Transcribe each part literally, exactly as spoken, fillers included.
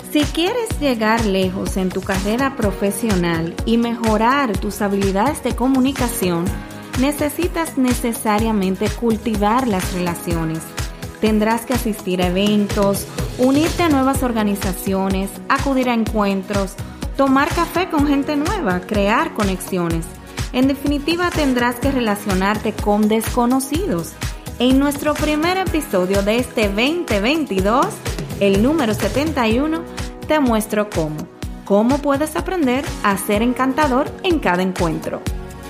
Si quieres llegar lejos en tu carrera profesional y mejorar tus habilidades de comunicación, necesitas necesariamente cultivar las relaciones. Tendrás que asistir a eventos, unirte a nuevas organizaciones, acudir a encuentros, tomar café con gente nueva, crear conexiones. En definitiva, tendrás que relacionarte con desconocidos. En nuestro primer episodio de este veinte veintidós, el número setenta y uno, te muestro cómo. Cómo puedes aprender a ser encantador en cada encuentro.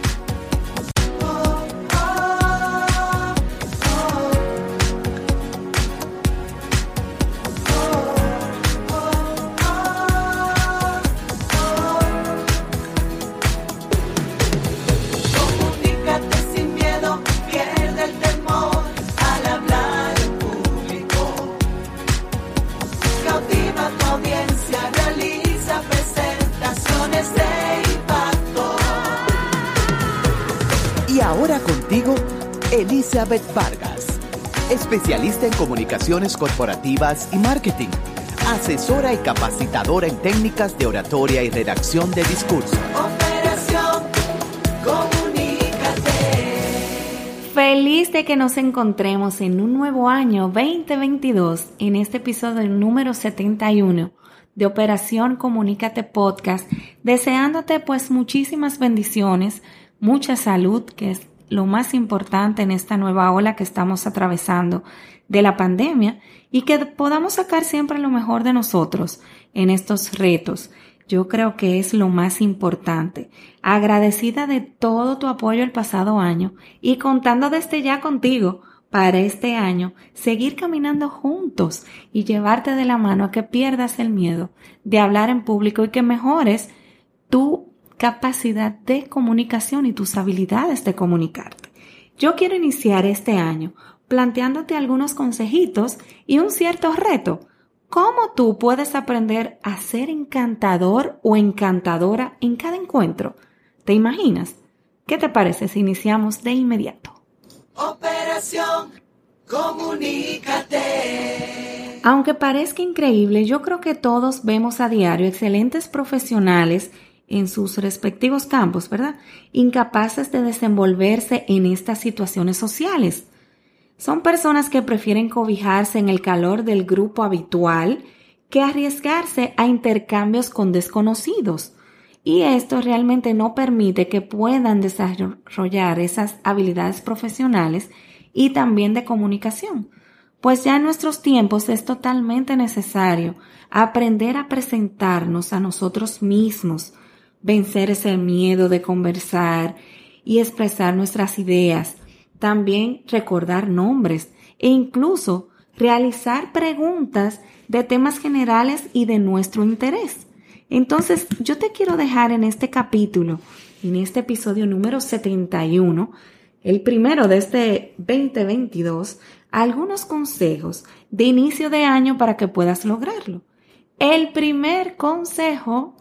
Ahora contigo, Elizabeth Vargas, especialista en comunicaciones corporativas y marketing, asesora y capacitadora en técnicas de oratoria y redacción de discurso. Operación Comunícate. Feliz de que nos encontremos en un nuevo año veinte veintidós, en este episodio número setenta y uno de Operación Comunícate Podcast, deseándote pues muchísimas bendiciones, mucha salud, que es lo más importante en esta nueva ola que estamos atravesando de la pandemia, y que podamos sacar siempre lo mejor de nosotros en estos retos. Yo creo que es lo más importante. Agradecida de todo tu apoyo el pasado año y contando desde ya contigo para este año seguir caminando juntos y llevarte de la mano a que pierdas el miedo de hablar en público y que mejores tu capacidad de comunicación y tus habilidades de comunicarte. Yo quiero iniciar este año planteándote algunos consejitos y un cierto reto. ¿Cómo tú puedes aprender a ser encantador o encantadora en cada encuentro? ¿Te imaginas? ¿Qué te parece si iniciamos de inmediato? Operación Comunícate. Aunque parezca increíble, yo creo que todos vemos a diario excelentes profesionales en sus respectivos campos, ¿verdad? Incapaces de desenvolverse en estas situaciones sociales. Son personas que prefieren cobijarse en el calor del grupo habitual que arriesgarse a intercambios con desconocidos. Y esto realmente no permite que puedan desarrollar esas habilidades profesionales y también de comunicación. Pues ya en nuestros tiempos es totalmente necesario aprender a presentarnos a nosotros mismos, vencer ese miedo de conversar y expresar nuestras ideas, también recordar nombres e incluso realizar preguntas de temas generales y de nuestro interés. Entonces, yo te quiero dejar en este capítulo, en este episodio número setenta y uno, el primero de este veinte veintidós, algunos consejos de inicio de año para que puedas lograrlo. El primer consejo: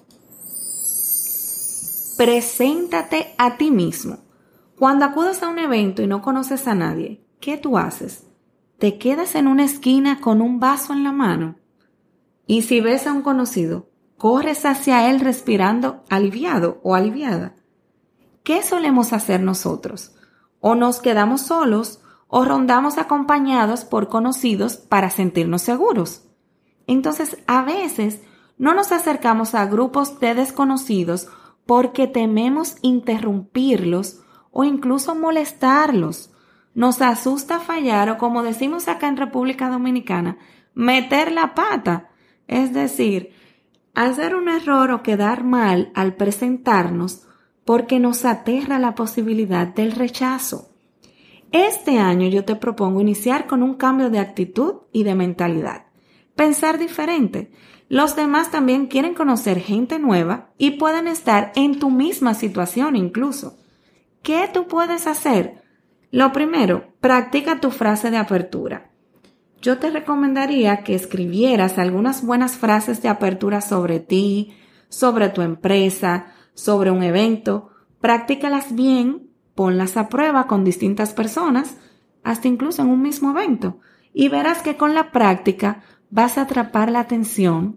preséntate a ti mismo. Cuando acudes a un evento y no conoces a nadie, ¿qué tú haces? ¿Te quedas en una esquina con un vaso en la mano? Y si ves a un conocido, corres hacia él respirando aliviado o aliviada. ¿Qué solemos hacer nosotros? O nos quedamos solos o rondamos acompañados por conocidos para sentirnos seguros. Entonces, a veces no nos acercamos a grupos de desconocidos porque tememos interrumpirlos o incluso molestarlos. Nos asusta fallar o, como decimos acá en República Dominicana, meter la pata. Es decir, hacer un error o quedar mal al presentarnos porque nos aterra la posibilidad del rechazo. Este año yo te propongo iniciar con un cambio de actitud y de mentalidad. Pensar diferente. Los demás también quieren conocer gente nueva y pueden estar en tu misma situación incluso. ¿Qué tú puedes hacer? Lo primero, practica tu frase de apertura. Yo te recomendaría que escribieras algunas buenas frases de apertura sobre ti, sobre tu empresa, sobre un evento. Practícalas bien, ponlas a prueba con distintas personas, hasta incluso en un mismo evento, y verás que con la práctica vas a atrapar la atención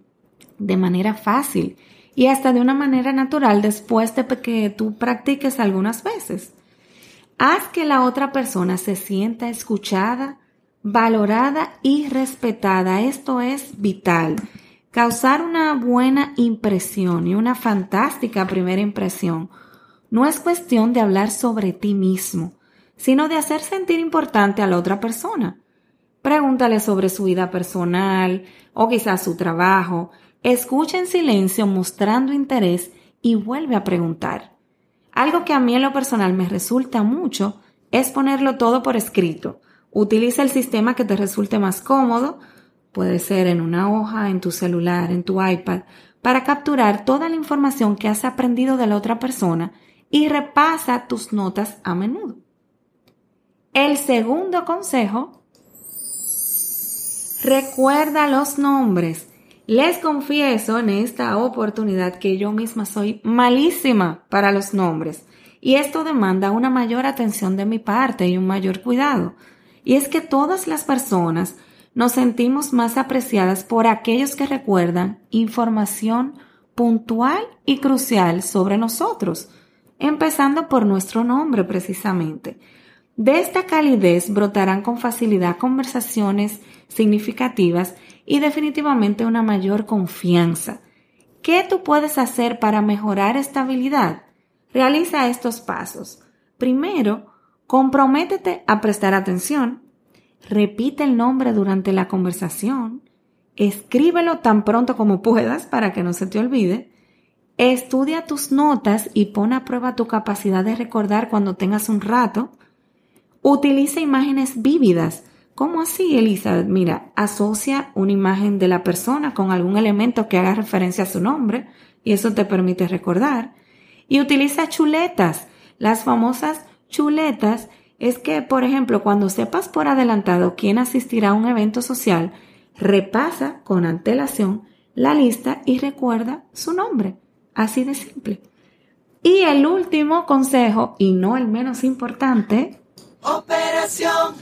de manera fácil y hasta de una manera natural después de que tú practiques algunas veces. Haz que la otra persona se sienta escuchada, valorada y respetada. Esto es vital. Causar una buena impresión y una fantástica primera impresión no es cuestión de hablar sobre ti mismo, sino de hacer sentir importante a la otra persona. Pregúntale sobre su vida personal o quizás su trabajo. Escucha en silencio mostrando interés y vuelve a preguntar. Algo que a mí en lo personal me resulta mucho es ponerlo todo por escrito. Utiliza el sistema que te resulte más cómodo, puede ser en una hoja, en tu celular, en tu iPad, para capturar toda la información que has aprendido de la otra persona y repasa tus notas a menudo. El segundo consejo: recuerda los nombres. Les confieso en esta oportunidad que yo misma soy malísima para los nombres y esto demanda una mayor atención de mi parte y un mayor cuidado. Y es que todas las personas nos sentimos más apreciadas por aquellos que recuerdan información puntual y crucial sobre nosotros, empezando por nuestro nombre precisamente. De esta calidez brotarán con facilidad conversaciones significativas y definitivamente una mayor confianza. ¿Qué tú puedes hacer para mejorar esta habilidad? Realiza estos pasos. Primero, comprométete a prestar atención. Repite el nombre durante la conversación. Escríbelo tan pronto como puedas para que no se te olvide. Estudia tus notas y pon a prueba tu capacidad de recordar cuando tengas un rato. Utiliza imágenes vívidas. ¿Cómo así, Elizabeth? Mira, asocia una imagen de la persona con algún elemento que haga referencia a su nombre y eso te permite recordar. Y utiliza chuletas. Las famosas chuletas es que, por ejemplo, cuando sepas por adelantado quién asistirá a un evento social, repasa con antelación la lista y recuerda su nombre. Así de simple. Y el último consejo, y no el menos importante: Operación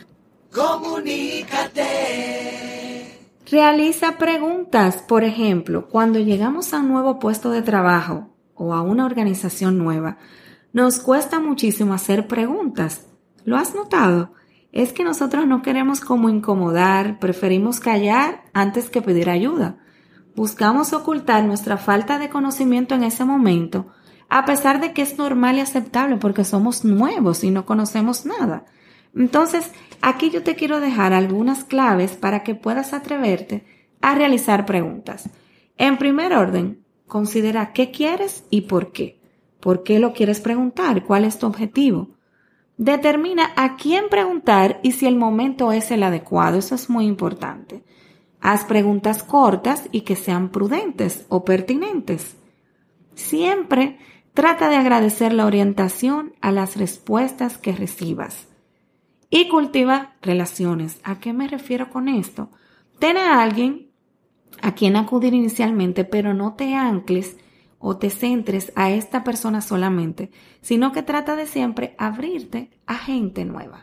Comunícate. Realiza preguntas. Por ejemplo, cuando llegamos a un nuevo puesto de trabajo o a una organización nueva, nos cuesta muchísimo hacer preguntas. ¿Lo has notado? Es que nosotros no queremos como incomodar, preferimos callar antes que pedir ayuda. Buscamos ocultar nuestra falta de conocimiento en ese momento, a pesar de que es normal y aceptable porque somos nuevos y no conocemos nada. Entonces, aquí yo te quiero dejar algunas claves para que puedas atreverte a realizar preguntas. En primer orden, considera qué quieres y por qué. ¿Por qué lo quieres preguntar? ¿Cuál es tu objetivo? Determina a quién preguntar y si el momento es el adecuado. Eso es muy importante. Haz preguntas cortas y que sean prudentes o pertinentes. Siempre trata de agradecer la orientación a las respuestas que recibas. Y cultiva relaciones. ¿A qué me refiero con esto? Ten a alguien a quien acudir inicialmente, pero no te ancles o te centres a esta persona solamente, sino que trata de siempre abrirte a gente nueva.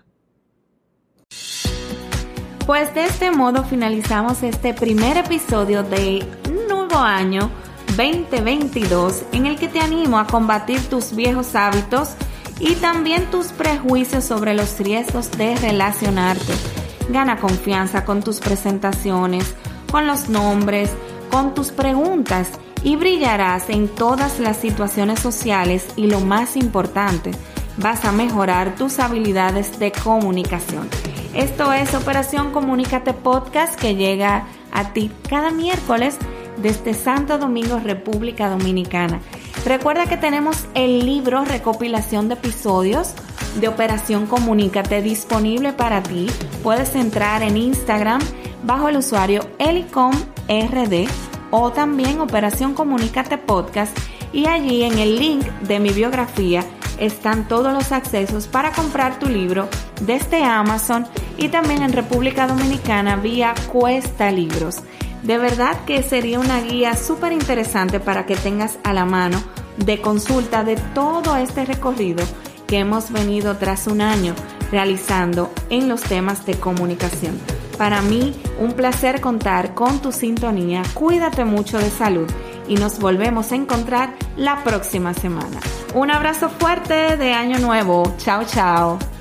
Pues de este modo finalizamos este primer episodio de un nuevo año veinte veintidós en el que te animo a combatir tus viejos hábitos y también tus prejuicios sobre los riesgos de relacionarte. Gana confianza con tus presentaciones, con los nombres, con tus preguntas y brillarás en todas las situaciones sociales y lo más importante, vas a mejorar tus habilidades de comunicación. Esto es Operación Comunícate Podcast que llega a ti cada miércoles desde Santo Domingo, República Dominicana. Recuerda que tenemos el libro Recopilación de Episodios de Operación Comunícate disponible para ti. Puedes entrar en Instagram bajo el usuario elicomrd o también Operación Comunícate Podcast y allí en el link de mi biografía están todos los accesos para comprar tu libro desde Amazon y también en República Dominicana vía Cuesta Libros. De verdad que sería una guía súper interesante para que tengas a la mano de consulta de todo este recorrido que hemos venido tras un año realizando en los temas de comunicación. Para mí, un placer contar con tu sintonía. Cuídate mucho de salud y nos volvemos a encontrar la próxima semana. Un abrazo fuerte de Año Nuevo. Chao, chao.